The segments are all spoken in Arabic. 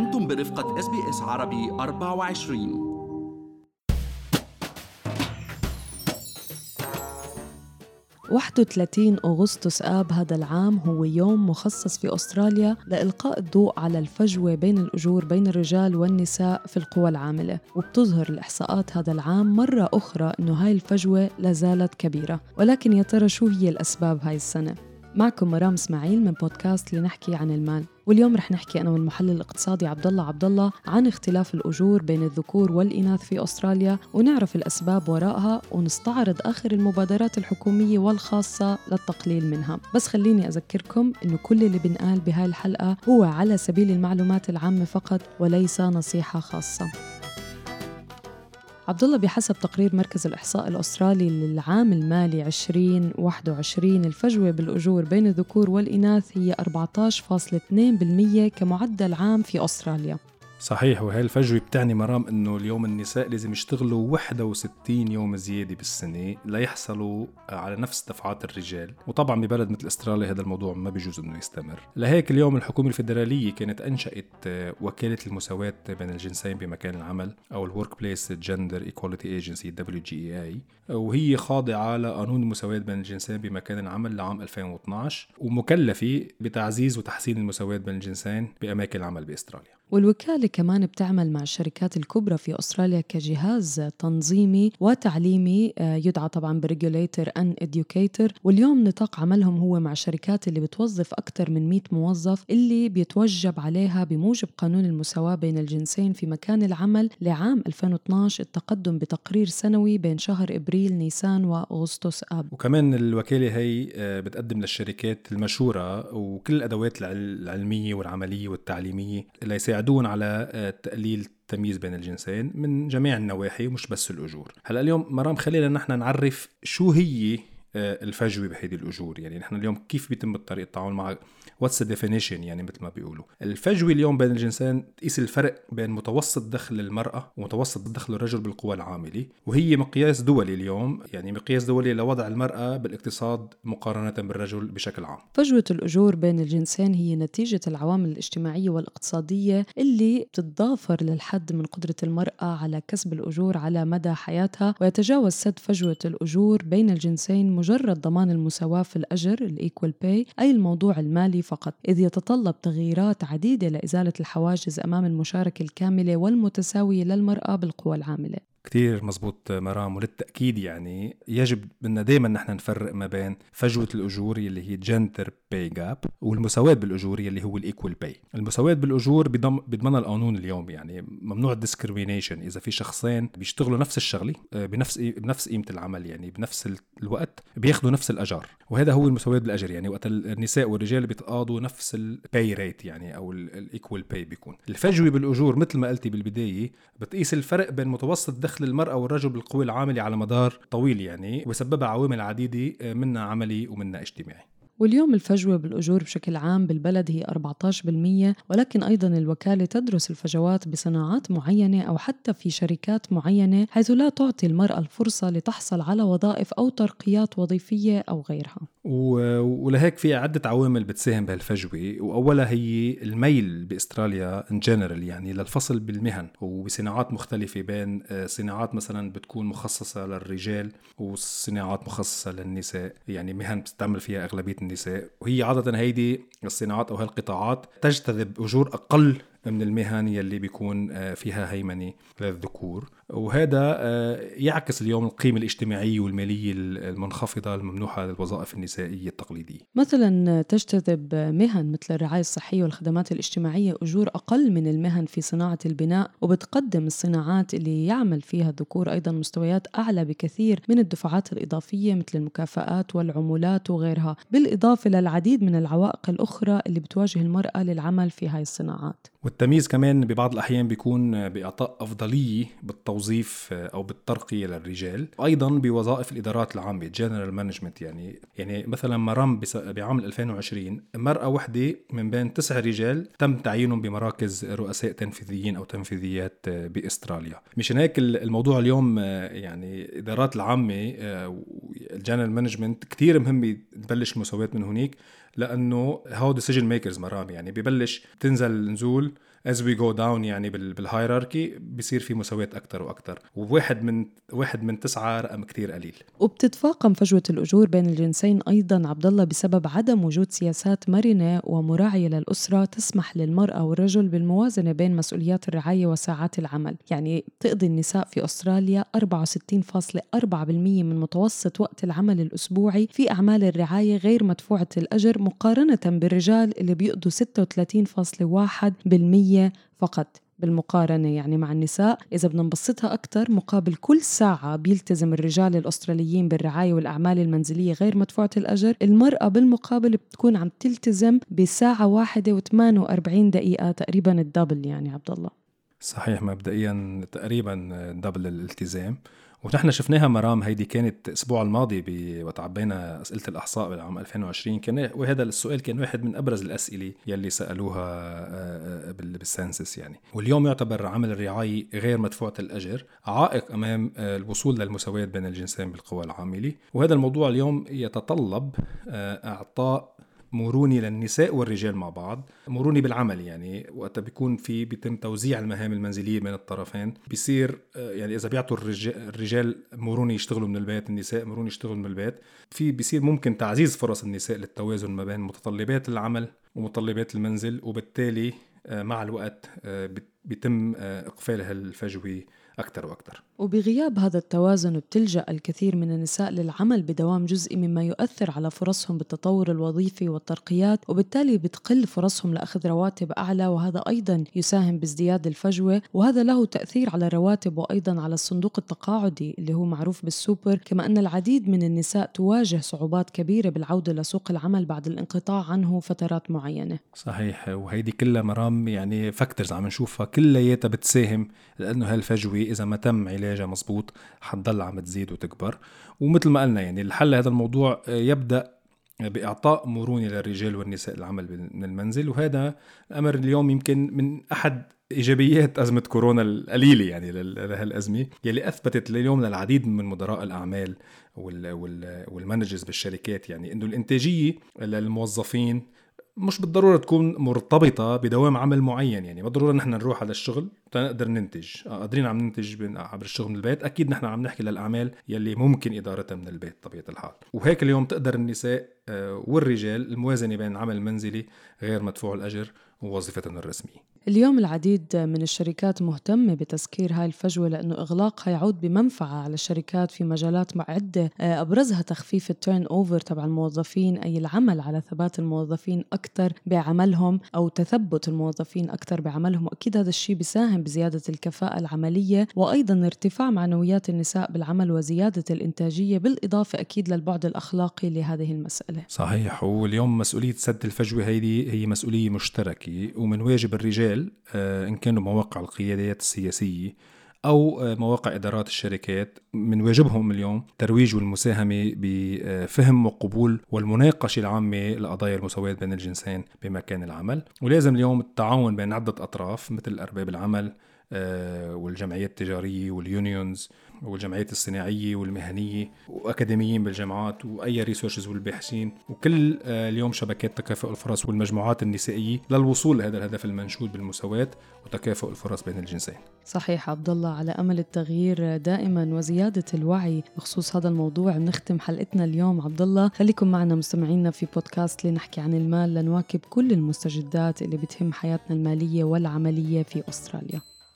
أنتم برفقة SBS عربي 24. 31 أغسطس آب هذا العام هو يوم مخصص في أستراليا لإلقاء الضوء على الفجوة بين الأجور بين الرجال والنساء في القوى العاملة، وبتظهر الإحصاءات هذا العام مرة أخرى إنه هاي الفجوة لازالت كبيرة. ولكن يا ترى شو هي الأسباب هاي السنة؟ معكم مرام اسماعيل من بودكاست لنحكي عن المال، واليوم رح نحكي أنا والمحلل الاقتصادي عبد الله عن اختلاف الأجور بين الذكور والإناث في أستراليا، ونعرف الأسباب وراءها، ونستعرض آخر المبادرات الحكومية والخاصة للتقليل منها. بس خليني أذكركم إنه كل اللي بنقال بهاي الحلقة هو على سبيل المعلومات العامة فقط وليس نصيحة خاصة. عبد الله، بحسب تقرير مركز الإحصاء الأسترالي للعام المالي 2021 الفجوة بالأجور بين الذكور والإناث هي 14.2% كمعدل عام في أستراليا. صحيح، وهي الفجوة بتعني مرام انه اليوم النساء لازم يشتغلوا 61 يوم زيادة بالسنة ليحصلوا على نفس دفعات الرجال، وطبعا ببلد مثل استراليا هذا الموضوع ما بيجوز انه يستمر. لهيك اليوم الحكومة الفيدرالية كانت انشأت وكالة المساواة بين الجنسين بمكان العمل او الورك-بليس جندر ايكواليتي ايجنسي WGEA، وهي خاضعة لقانون المساواة بين الجنسين بمكان العمل لعام 2012، ومكلفة بتعزيز وتحسين المساواة بين الجنسين بأماكن العمل بأستراليا. والوكالة كمان بتعمل مع الشركات الكبرى في أستراليا كجهاز تنظيمي وتعليمي يدعى طبعاً بريجوليتر أند إديوكيتر، واليوم نطاق عملهم هو مع شركات اللي بتوظف أكثر من 100 موظف اللي بيتوجب عليها بموجب قانون المساواة بين الجنسين في مكان العمل لعام 2012 التقدم بتقرير سنوي بين شهر إبريل نيسان وأغسطس آب. وكمان الوكالة هي بتقدم للشركات المشهورة وكل الأدوات العلمية والعملية والتعليمية اللي يساعدون على تقليل التمييز بين الجنسين من جميع النواحي ومش بس الأجور. هلأ اليوم مرام خلينا نحن نعرف شو هي الفجوة بهذه الأجور. يعني نحن اليوم كيف بيتم الطريقة التعامل مع what's the definition، يعني مثل ما بيقولوا الفجوة اليوم بين الجنسين تقيس الفرق بين متوسط دخل المرأة ومتوسط دخل الرجل بالقوى العاملة، وهي مقياس دولي اليوم، يعني مقياس دولي لوضع المرأة بالاقتصاد مقارنة بالرجل بشكل عام. فجوة الأجور بين الجنسين هي نتيجة العوامل الاجتماعية والاقتصادية اللي بتتضافر للحد من قدرة المرأة على كسب الأجور على مدى حياتها، ويتجاوز سد فجوة الأجور بين الجنسين مجرد ضمان المساواة في الأجر الإيكوال باي، أي الموضوع المالي فقط، إذ يتطلب تغييرات عديدة لإزالة الحواجز أمام المشاركة الكاملة والمتساوية للمرأة بالقوى العاملة. كتير مزبوط مرام، وللتأكيد يعني يجب أن دايما نحن نفرق ما بين فجوة الأجور اللي هي gender pay gap والمساواة بالأجور اللي هو الإيكوال باي. المساواة بالأجور بضمن القانون اليوم، يعني ممنوع discrimination إذا في شخصين بيشتغلوا نفس الشغلة بنفس قيمة العمل، يعني بنفس الوقت بياخدوا نفس الأجار، وهذا هو المساواة بالأجر. يعني وقت النساء والرجال بيتقاضوا نفس الباي ريت يعني أو الإيكوال باي بيكون. الفجوة بالأجور مثل ما قلتي بالبداية بتقيس الفرق بين متوسط دخل المرأة والرجل بالقوى العاملة على مدار طويل، يعني وسببها عوامل عديدة منها عملي ومنها اجتماعي. واليوم الفجوة بالأجور بشكل عام بالبلد هي 14%، ولكن أيضا الوكالة تدرس الفجوات بصناعات معينة أو حتى في شركات معينة حيث لا تعطي المرأة الفرصة لتحصل على وظائف أو ترقيات وظيفية أو غيرها. ولهيك في عدة عوامل بتساهم بهالفجوة، وأولها هي الميل بإستراليا in general يعني للفصل بالمهن وبصناعات مختلفة، بين صناعات مثلا بتكون مخصصة للرجال وصناعات مخصصة للنساء، يعني مهن بتستعمل فيها أغلبية النساء، وهي عادة هيدي الصناعات أو هالقطاعات تجتذب أجور أقل من المهن يلي بيكون فيها هيمنة للذكور، وهذا يعكس اليوم القيمة الاجتماعية والمالية المنخفضة الممنوحة للوظائف النسائية التقليدية. مثلا تجتذب مهن مثل الرعاية الصحية والخدمات الاجتماعية أجور أقل من المهن في صناعة البناء، وبتقدم الصناعات اللي يعمل فيها الذكور أيضا مستويات أعلى بكثير من الدفعات الإضافية مثل المكافآت والعمولات وغيرها، بالإضافة للعديد من العوائق الأخرى اللي بتواجه المرأة للعمل في هاي الصناعات. والتمييز كمان ببعض الأحيان بيكون بإعطاء أفضلية بالتوظيف أو بالترقية للرجال، وأيضا بوظائف الإدارات العامة General Management. يعني مثلا مرام بعام 2020 مرأة واحدة من بين 9 رجال تم تعيينهم بمراكز رؤساء تنفيذيين أو تنفيذيات بإستراليا. مشان هيك الموضوع اليوم يعني إدارات العامة General Management كتير مهم تبلش المساواة من هناك، لأنه هاو decision makers مرام، يعني ببلش تنزل نزول as we go down، يعني بالهيراركي بيصير في مساواة أكتر وأكتر، واحد من 9 رقم كتير قليل. وبتتفاقم فجوة الأجور بين الجنسين أيضاً عبد الله بسبب عدم وجود سياسات مرنة ومراعية للأسرة تسمح للمرأة والرجل بالموازنة بين مسؤوليات الرعاية وساعات العمل. يعني تقضي النساء في أستراليا 64.4% من متوسط وقت العمل الأسبوعي في أعمال الرعاية غير مدفوعة الأجر، مقارنة بالرجال اللي بيقضوا 36.1% فقط بالمقارنة يعني مع النساء. إذا بدنا نبسطها أكتر، مقابل كل ساعة بيلتزم الرجال الأستراليين بالرعاية والأعمال المنزلية غير مدفوعة الأجر، المرأة بالمقابل بتكون عم تلتزم بساعة 1 و48 دقيقة، تقريبا الدبل يعني عبد الله. صحيح، مبدئيا تقريبا دبل الالتزام. ونحن شفناها مرام، هيدي كانت الأسبوع الماضي وقت عبينا أسئلة الأحصاء بالعام 2020، وهذا السؤال كان واحد من أبرز الأسئلة يلي سألوها بالسنسس يعني. واليوم يعتبر عمل الرعاية غير مدفوعة الأجر عائق أمام الوصول للمساواة بين الجنسين بالقوى العاملة، وهذا الموضوع اليوم يتطلب إعطاء مروني للنساء والرجال مع بعض، مروني بالعمل. يعني وقت بيتم توزيع المهام المنزلية بين الطرفين، بيصير يعني إذا بيعطوا الرجال مروني يشتغلوا من البيت، النساء مروني يشتغلوا من البيت، بيصير ممكن تعزيز فرص النساء للتوازن ما بين متطلبات العمل ومتطلبات المنزل، وبالتالي مع الوقت بيتم إقفال هالفجوة أكتر وأكتر. وبغياب هذا التوازن بتلجأ الكثير من النساء للعمل بدوام جزئي، مما يؤثر على فرصهم بالتطور الوظيفي والترقيات، وبالتالي بتقل فرصهم لأخذ رواتب أعلى، وهذا أيضا يساهم بازدياد الفجوة، وهذا له تأثير على الرواتب وأيضا على الصندوق التقاعدي اللي هو معروف بالسوبر. كما أن العديد من النساء تواجه صعوبات كبيرة بالعودة لسوق العمل بعد الانقطاع عنه فترات معينة. صحيح، وهيدي كلها مرام يعني فاكتورز عم نشوفها كلياتها بتساهم، لأنه هالفجوة إذا ما تم علاجها مزبوط حتضل عم تزيد وتكبر. ومثل ما قلنا يعني الحل هذا الموضوع يبدأ بإعطاء مرونة للرجال والنساء العمل من المنزل، وهذا أمر اليوم يمكن من أحد إيجابيات أزمة كورونا القليلة يعني لهالأزمة، يلي أثبتت اليوم للعديد من مدراء الأعمال والمانجرز بالشركات يعني إنه الإنتاجية للموظفين مش بالضرورة تكون مرتبطة بدوام عمل معين. يعني بالضرورة نحن نروح على الشغل تنقدر ننتج، قادرين عم ننتج عبر الشغل من البيت. أكيد نحن عم نحكي للأعمال يلي ممكن إدارتها من البيت طبيعة الحال. وهيك اليوم تقدر النساء والرجال الموازنة بين العمل المنزلي غير مدفوع الأجر ووظيفتهم الرسمية. اليوم العديد من الشركات مهتمة بتسكير هاي الفجوة، لأنه إغلاقها يعود بمنفعة على الشركات في مجالات عدة، أبرزها تخفيف التيرن أوفر تبع الموظفين، أي العمل على ثبات الموظفين أكتر بعملهم أو تثبت الموظفين أكتر بعملهم. وأكيد هذا الشيء بيساهم بزيادة الكفاءة العملية، وأيضا ارتفاع معنويات النساء بالعمل وزيادة الإنتاجية، بالإضافة أكيد للبعد الأخلاقي لهذه المسألة. صحيح، واليوم مسؤولية سد الفجوة هي مسؤولية مشتركة، ومن واجب الرجال إن كانوا مواقع القيادات السياسية أو مواقع إدارات الشركات، من واجبهم اليوم ترويج والمساهمة بفهم وقبول والمناقشة العامة لقضايا المساواة بين الجنسين بمكان العمل. ولازم اليوم التعاون بين عدة أطراف مثل أرباب العمل والجمعيات التجارية واليونيونز والجمعيات الصناعية والمهنية وأكاديميين بالجامعات وأي ريسيرشز والباحثين وكل اليوم شبكات تكافؤ الفرص والمجموعات النسائية للوصول لهذا الهدف المنشود بالمساواة وتكافؤ الفرص بين الجنسين. صحيح عبد الله، على أمل التغيير دائما وزيادة الوعي بخصوص هذا الموضوع نختم حلقتنا اليوم. عبد الله، خليكم معنا مستمعينا في بودكاست لنحكي عن المال لنواكب كل المستجدات اللي بتهم حياتنا المالية والعملية في أستراليا.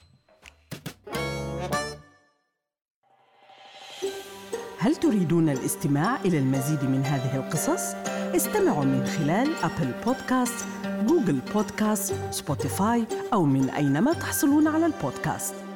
هل تريدون الاستماع إلى المزيد من هذه القصص؟ استمعوا من خلال أبل بودكاست، جوجل بودكاست، سبوتيفاي أو من أينما تحصلون على البودكاست.